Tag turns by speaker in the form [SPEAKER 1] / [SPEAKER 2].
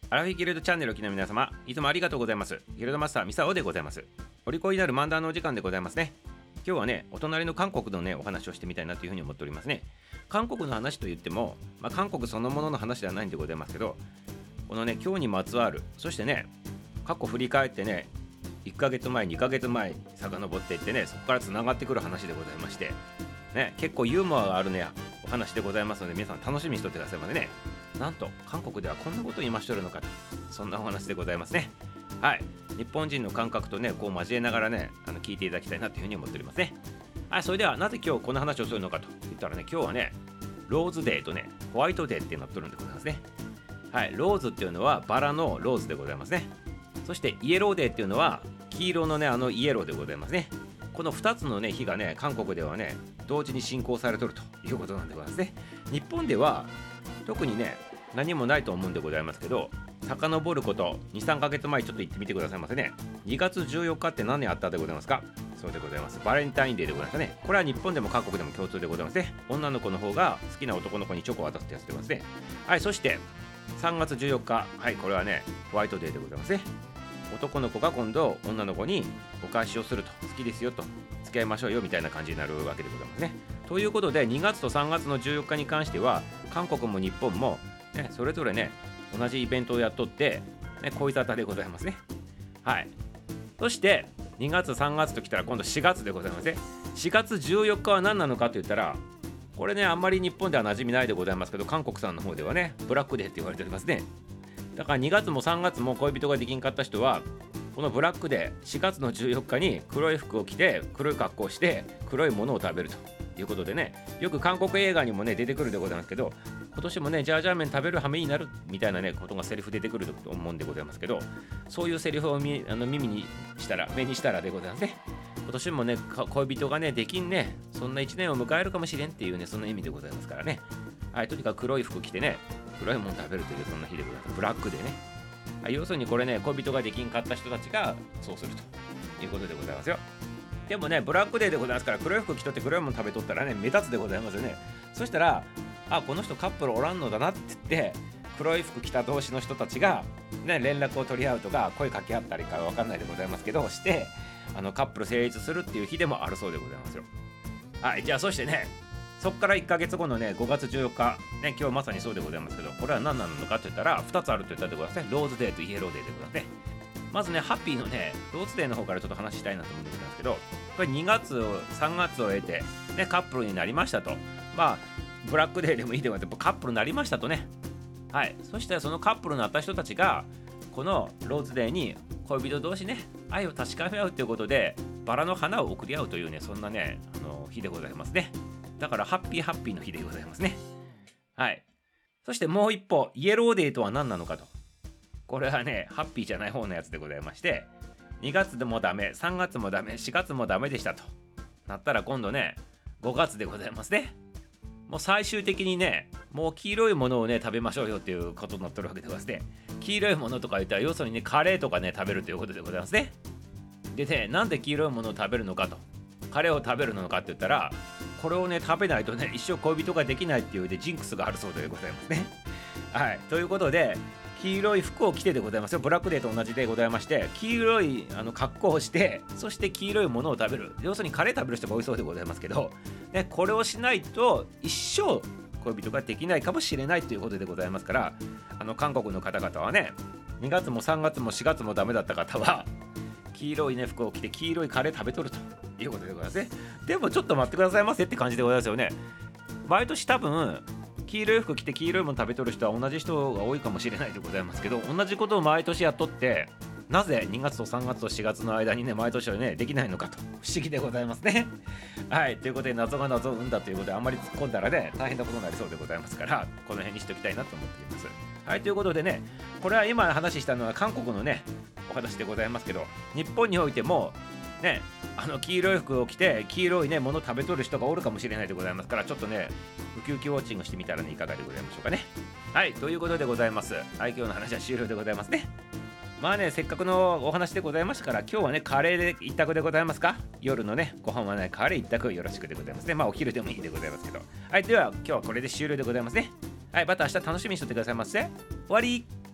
[SPEAKER 1] アラフィギルドチャンネルを聴きの皆様、いつもありがとうございます。ギルドマスターミサオでございます。お利口になる漫談のお時間でございますね。今日はね、お隣の韓国のね、お話をしてみたいなというふうに思っておりますね。韓国の話といっても、韓国そのものの話ではないんでございますけど、このね、今日にまつわる、そしてね、過去振り返ってね、1ヶ月前、2ヶ月前遡っていってね、そこからつながってくる話でございまして、ね、結構ユーモアがあるね、お話でございますので、皆さん楽しみにしとってくださいまでね。なんと韓国ではこんなことを言いましとるのかと、そんなお話でございますね。はい、日本人の感覚とねこう交えながらね聞いていただきたいなというふうに思っておりますね。はい、それではなぜ今日この話をするのかと言ったらね、今日はねローズデーとねホワイトデーってなっとるんでございますね。はい、ローズっていうのはバラのローズでございますね。そしてイエローデーっていうのは黄色のねイエローでございますね。この2つのね日がね韓国ではね同時に進行されとるということなんでございますね。日本では特にね何もないと思うんでございますけど、遡ること2、3ヶ月前ちょっと言ってみてくださいませね。2月14日って何年あったでございますか？そうでございます。バレンタインデーでございますね。これは日本でも韓国でも共通でございますね。女の子の方が好きな男の子にチョコを渡すってやつでございますね。はい、そして3月14日、はい、これはねホワイトデーでございますね。男の子が今度女の子にお返しをすると、好きですよと、付き合いましょうよみたいな感じになるわけでございますね。ということで2月と3月の14日に関しては韓国も日本もね、それぞれね同じイベントをやっとって、ね、恋沙汰でございますね。はい、そして2月3月ときたら今度4月でございますね。4月14日は何なのかと言ったら、これねあんまり日本では馴染みないでございますけど、韓国さんの方ではねブラックデーって言われておりますね。だから2月も3月も恋人ができんかった人はこのブラックデー4月の14日に黒い服を着て黒い格好をして黒いものを食べるということでね、よく韓国映画にもね出てくるでございますけど、今年もねジャージャー麺食べる羽目になるみたいなねことがセリフ出てくると思うんでございますけど、そういうセリフを耳にしたら目にしたらでございますね。今年もね恋人がねできんね、そんな1年を迎えるかもしれんっていうね、そんな意味でございますからね。はい、とにかく黒い服着てね黒いもの食べるというそんな日でございます。ブラックでね、はい、要するにこれね恋人ができんかった人たちがそうするということでございますよ。でもねブラックデーでございますから、黒い服着とって黒いもの食べとったらね目立つでございますよね。そしたらこの人カップルおらんのだなって言って黒い服着た同士の人たちが、ね、連絡を取り合うとか声かけ合ったりか分かんないでございますけどしてカップル成立するっていう日でもあるそうでございますよ。はい、じゃあそしてねそこから1ヶ月後のね5月14日、ね、今日まさにそうでございますけど、これは何なのかって言ったら2つあると言ったでございますね。ローズデーとイエローデーでございますね。まずねハッピーのねローズデーの方からちょっと話したいなと思うんですけど、これ2月3月を経て、ね、カップルになりましたと、ブラックデーでもいいでもカップルになりましたとね。はい、そしてそのカップルになった人たちがこのローズデーに恋人同士ね愛を確かめ合うということでバラの花を贈り合うというね、そんなね日でございますね。だからハッピーの日でございますね。はい、そしてもう一方イエローデーとは何なのかと、これはねハッピーじゃない方のやつでございまして、2月でもダメ3月もダメ4月もダメでしたとなったら今度ね5月でございますね。もう最終的にねもう黄色いものをね食べましょうよっていうことになってるわけでございますね。黄色いものとか言ったら要するにねカレーとかね食べるということでございますね。でね、なんで黄色いものを食べるのかと、カレーを食べるのかって言ったら、これをね食べないとね一生恋人ができないっていうでジンクスがあるそうでございますね。はい、ということで黄色い服を着てでございますよ。ブラックデーと同じでございまして、黄色い格好をして、そして黄色いものを食べる、要するにカレー食べる人が多いそうでございますけど、ね、これをしないと一生恋人ができないかもしれないということでございますから、韓国の方々はね2月も3月も4月もダメだった方は黄色いね服を着て黄色いカレー食べとるということでございますね。でもちょっと待ってくださいませって感じでございますよね。毎年多分黄色い服着て黄色いもの食べとる人は同じ人が多いかもしれないでございますけど、同じことを毎年やっとってなぜ2月と3月と4月の間にね毎年はねできないのかと不思議でございますね。はい、ということで謎が謎を生んだということで、あんまり突っ込んだらね大変なことになりそうでございますから、この辺にしておきたいなと思っています。はい、ということでね、これは今話したのは韓国のねお話でございますけど、日本においてもね黄色い服を着て黄色いねものを食べとる人がおるかもしれないでございますから、ちょっとねウキウキウォッチングしてみたらねいかがでございましょうかね。はい、ということでございます。はい、今日の話は終了でございますね。せっかくのお話でございましたから、今日はねカレーで一択でございますか。夜のねご飯はねカレー一択よろしくでございますね。お昼でもいいでございますけど、はい、では今日はこれで終了でございますね。はい、また明日楽しみにしておいてくださいませ。終わり。